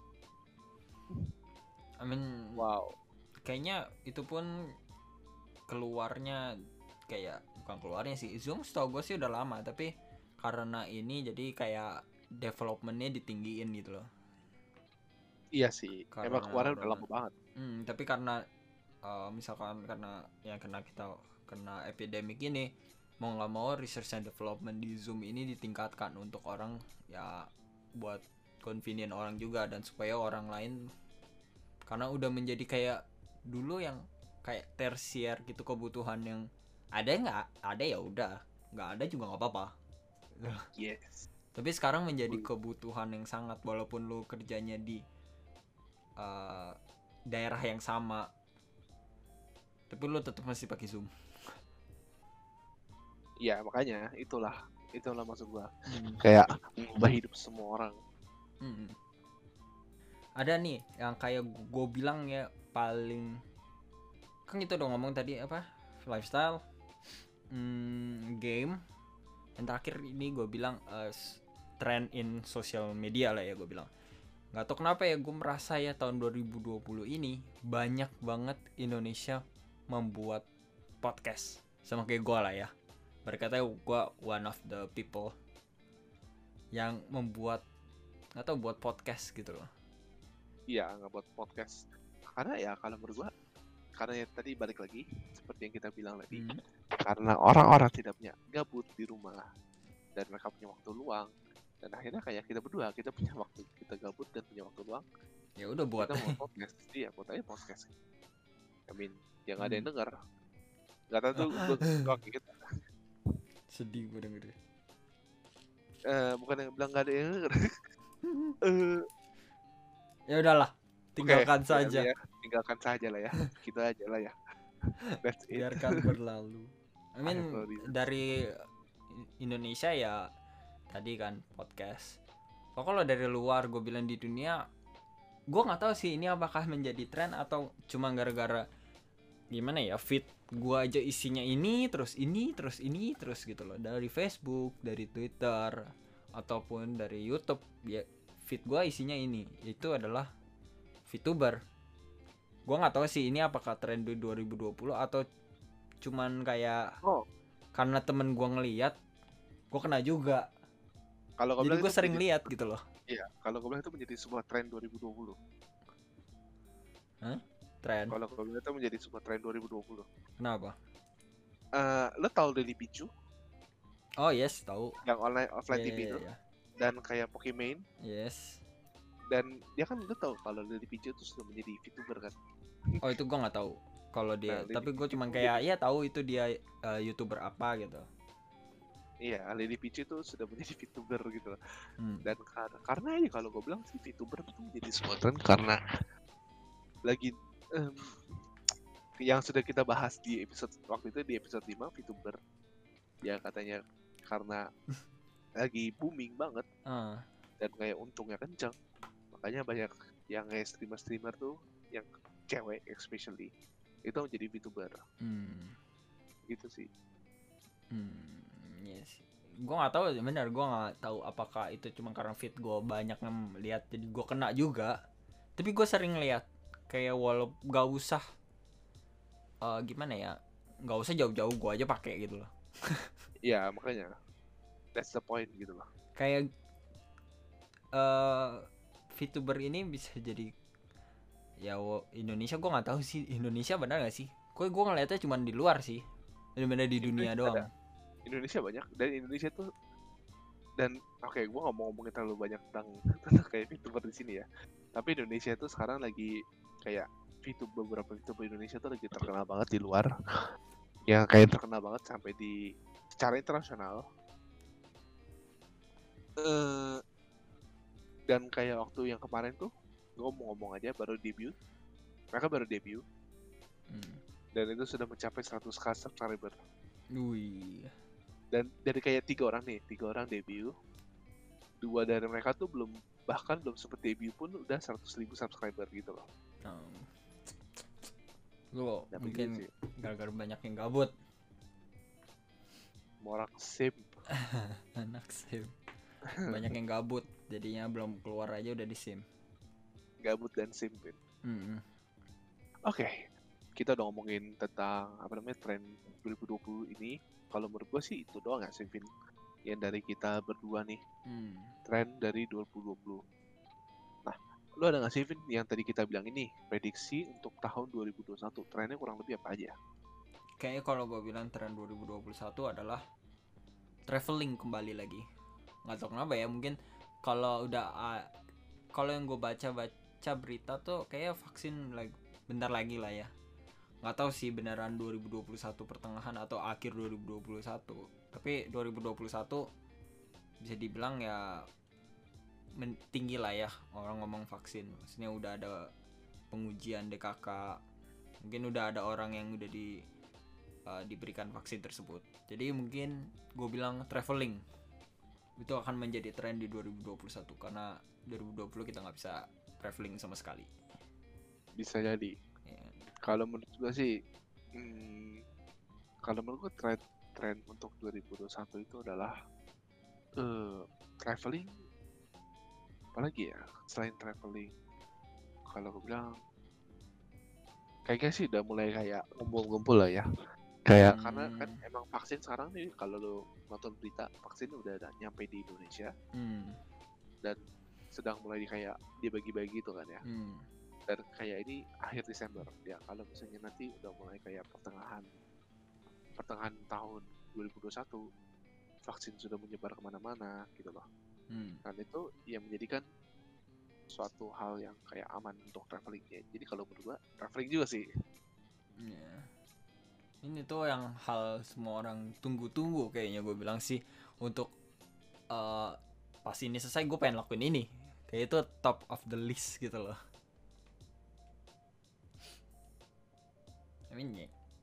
Wow. Kayaknya itu pun keluarnya bukan keluarnya sih. Zoom setahu gue sih udah lama, tapi karena ini jadi kayak developmentnya ditinggiin gitu loh. Iya sih. Karena Emang kemarin udah orang- lama banget. Tapi karena misalkan karena ya kita kena epidemic ini, mau nggak mau research and development di Zoom ini ditingkatkan untuk orang ya, buat convenient orang juga, dan supaya orang lain, karena udah menjadi kayak dulu yang kayak tersier gitu, kebutuhan yang nggak ada ya udah, nggak ada juga nggak apa-apa. Yes. Tapi sekarang menjadi kebutuhan yang sangat, walaupun lu kerjanya di daerah yang sama, tapi lu tetap masih pakai Zoom. Iya, makanya itulah maksud gua. Kayak mengubah hidup semua orang. Ada nih yang kayak gue bilang ya, paling kan kita udah ngomong tadi apa, lifestyle, game, yang terakhir ini gue bilang trend in social media lah ya, gue bilang. Nggak tahu kenapa ya, gue merasa ya tahun 2020 ini banyak banget Indonesia membuat podcast, sama kayak gue lah ya. Berkata gue one of the people yang membuat, nggak tahu, buat podcast gitu loh. Iya, nggak buat podcast. Karena ya kalau menurut gua, karena ya tadi balik lagi seperti yang kita bilang tadi, karena orang-orang tidak punya, gabut di rumah dan mereka punya waktu luang, dan akhirnya kayak kita berdua, kita punya waktu, kita gabut dan punya waktu luang, Ya udah buat kita mau podcast. Iya, buat aja podcast. I mean, yang ada yang denger. Gak tau tuh, gua kayak gitu. sedih gue dengerin. Bukan yang bilang gak ada yang denger. Ya udahlah, tinggalkan Oke, saja. ya, tinggalkan saja lah ya. Kita aja lah ya. That's it. Biarkan berlalu. I mean, Sorry. dari Indonesia ya tadi kan podcast. Kalau dari luar gue bilang di dunia, gue nggak tahu sih ini apakah menjadi tren atau cuma gara-gara gimana ya, feed gue aja isinya ini terus gitu loh, dari Facebook, dari Twitter, ataupun dari YouTube ya, feed gue isinya ini, itu adalah VTuber. Gue nggak tahu sih ini apakah tren di 2020 atau cuman kayak karena temen gue ngeliat gue kena juga, Kalau jadi gue sering lihat gitu loh. Iya, kalau gue bilang itu menjadi sebuah tren 2020. Tren Kalau gue bilang itu menjadi sebuah tren 2020. kenapa? Lo tau Daily Pichu? Oh yes, tahu. Yang online offline Iya, TV iya, itu, iya. dan kayak Pokimane. Yes. Dan dia kan lo tau kalau Daily Pichu itu sudah menjadi VTuber kan? Oh itu gue nggak tahu kalau dia, Nah, tapi gue Lady cuman Pichu kayak ya tahu itu dia YouTuber apa gitu. Iya, Lady Pichu itu sudah menjadi VTuber gitu. Dan Karena ya kalau gue bilang sih VTuber itu menjadi sebuah tren karena lagi yang sudah kita bahas di episode waktu itu, di episode 5 VTuber ya, katanya karena lagi booming banget dan kayak untungnya kencang, makanya banyak yang kayak streamer tuh yang cewek especially itu menjadi VTuber. Gitu sih. Yes. Gue nggak tahu benar, gue nggak tahu apakah itu cuma karena feed gue banyak yang lihat jadi gue kena juga, tapi gue sering lihat kayak walau gak usah gimana ya, nggak usah jauh-jauh gue aja pakai gitu loh. Ya makanya that's the point gitu loh. Kayak VTuber ini bisa jadi ya, Indonesia gue nggak tahu sih Indonesia benar nggak sih, gue ngeliatnya cuma di luar sih, benar-benar di dunia doang. Indonesia banyak, dan Indonesia tuh, dan oke, gue nggak mau ngomongin terlalu banyak tentang kayak VTuber di sini ya, tapi Indonesia tuh sekarang lagi kayak beberapa VTuber Indonesia tuh lagi terkenal banget di luar, yang kayak terkenal banget sampai di secara internasional. Dan kayak waktu yang kemarin tuh, gue mau ngomong aja mereka baru debut, dan itu sudah mencapai 100k subscriber. Wih. Dan dari kayak tiga orang debut, 2 dari mereka tuh bahkan belum sempet debut pun udah 100.000 subscriber gitu loh. Lu Nah, mungkin sih. gara-gara banyak yang gabut. Morak simp. Anak sim. Banyak yang gabut, jadinya belum keluar aja udah di sim. Gabut dan simpin. Oke, kita udah ngomongin tentang tren 2020 ini. Kalau menurut gue sih itu doang ya sih, Vin. yang dari kita berdua nih, Hmm. tren dari 2020. Nah, lu ada nggak sih Vin yang tadi kita bilang ini prediksi untuk tahun 2021 trennya kurang lebih apa aja? Kayaknya kalau gue bilang tren 2021 adalah traveling kembali lagi. Nggak tahu kenapa ya, mungkin kalau kalau yang gue baca berita tuh kayak vaksin lagi bentar lagi lah ya. Nggak tahu sih beneran 2021 pertengahan atau akhir 2021. Tapi 2021 bisa dibilang ya tinggi lah ya orang ngomong vaksin. Maksudnya udah ada pengujian DKK, mungkin udah ada orang yang udah diberikan vaksin tersebut. Jadi mungkin gue bilang traveling itu akan menjadi tren di 2021 karena 2020 kita nggak bisa traveling sama sekali. Bisa jadi. Ya. Kalau menurut gua sih, kalau menurut gua tren untuk 2021 itu adalah traveling. Apalagi ya selain traveling, kalau gue bilang kayaknya sih udah mulai kayak ngumpul-ngumpul lah ya. Kayak karena kan emang vaksin sekarang nih kalau lo nonton berita vaksin udah ada nyampe di Indonesia dan sedang mulai kayak dibagi-bagi gitu kan ya. Dan kayak ini akhir Desember ya, kalau misalnya nanti udah mulai kayak pertengahan tahun 2021 vaksin sudah menyebar kemana-mana gitu loh. Dan itu yang menjadikan suatu hal yang kayak aman untuk traveling ya. Jadi kalau berdua traveling juga sih. Ini tuh yang hal semua orang tunggu-tunggu kayaknya gue bilang sih, untuk pas ini selesai gue pengen lakuin ini. Kayak itu top of the list gitu loh. I mean,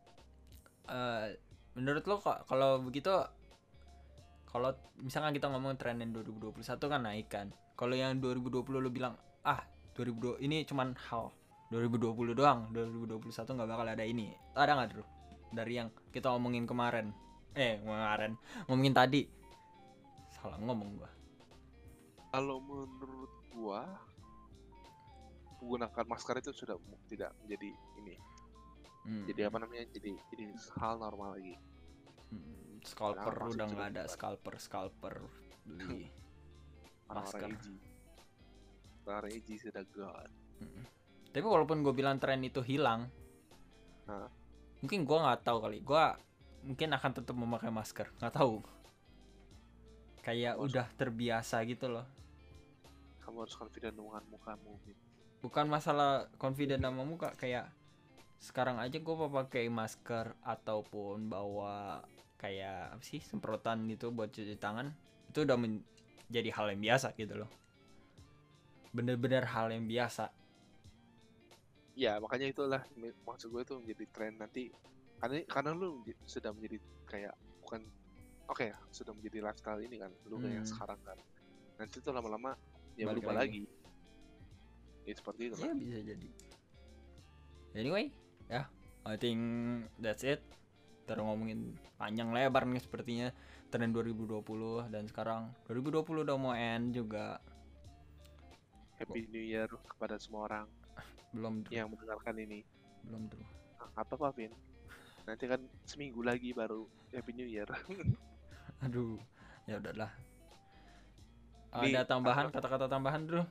menurut lo kalau begitu, kalau misalkan kita ngomong tren yang 2021 kan naik kan. Kalau yang 2020 lo bilang 2020 ini cuman hal 2020 doang, 2021 nggak bakal ada ini. Ada nggak Drew? Dari yang kita omongin kemarin ngomongin tadi. Salah ngomong gua. Kalau menurut gua menggunakan masker itu sudah tidak menjadi ini. Jadi apa namanya? Jadi hal normal lagi. Scalper udah nggak ada, scalper beli masker. Orang EG sudah gone. Tapi walaupun gue bilang tren itu hilang, mungkin gue nggak tahu kali, gue mungkin akan tetap memakai masker, nggak tahu. Kayak udah terbiasa gitu loh. Kamu harus confident dengan mukamu. Bukan masalah confident sama muka, kayak sekarang aja gue pakai masker ataupun bawa kayak apa sih, semprotan gitu buat cuci tangan, itu udah menjadi hal yang biasa gitu loh. Bener-bener hal yang biasa. Ya makanya itulah maksud gue itu menjadi tren nanti, karena lu sudah menjadi kayak bukan sudah menjadi lifestyle ini kan, lu kayak sekarang kan, nanti tuh lama-lama ya berubah lagi. Ya seperti itu ya, bisa jadi. Anyway ya, I think that's it. Terus ngomongin panjang lebar nih sepertinya tren 2020, dan sekarang 2020 udah mau end juga. Happy New Year kepada semua orang. Belum yang mendengarkan ini. Belum tuh. Apa Vin? Nanti kan seminggu lagi baru Happy New Year. Aduh, ya udahlah. Ada tambahan, kata-kata tambahan dulu?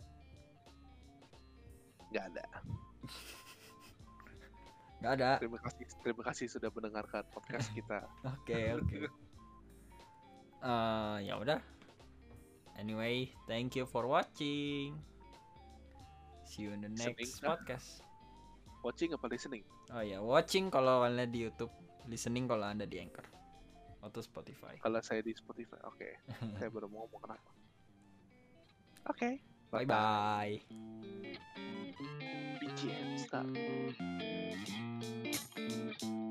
Nggak ada. Nggak ada. Terima kasih sudah mendengarkan podcast kita. Oke. Ya udah. Anyway, thank you for watching. See you in the next podcast. Watching apa listening? Oh ya, watching kalau Anda di YouTube, listening kalau Anda di Anchor atau Spotify. Kalau saya di Spotify, oke. Saya baru mau ngomong kenapa. Oke. Bye bye. BGM start.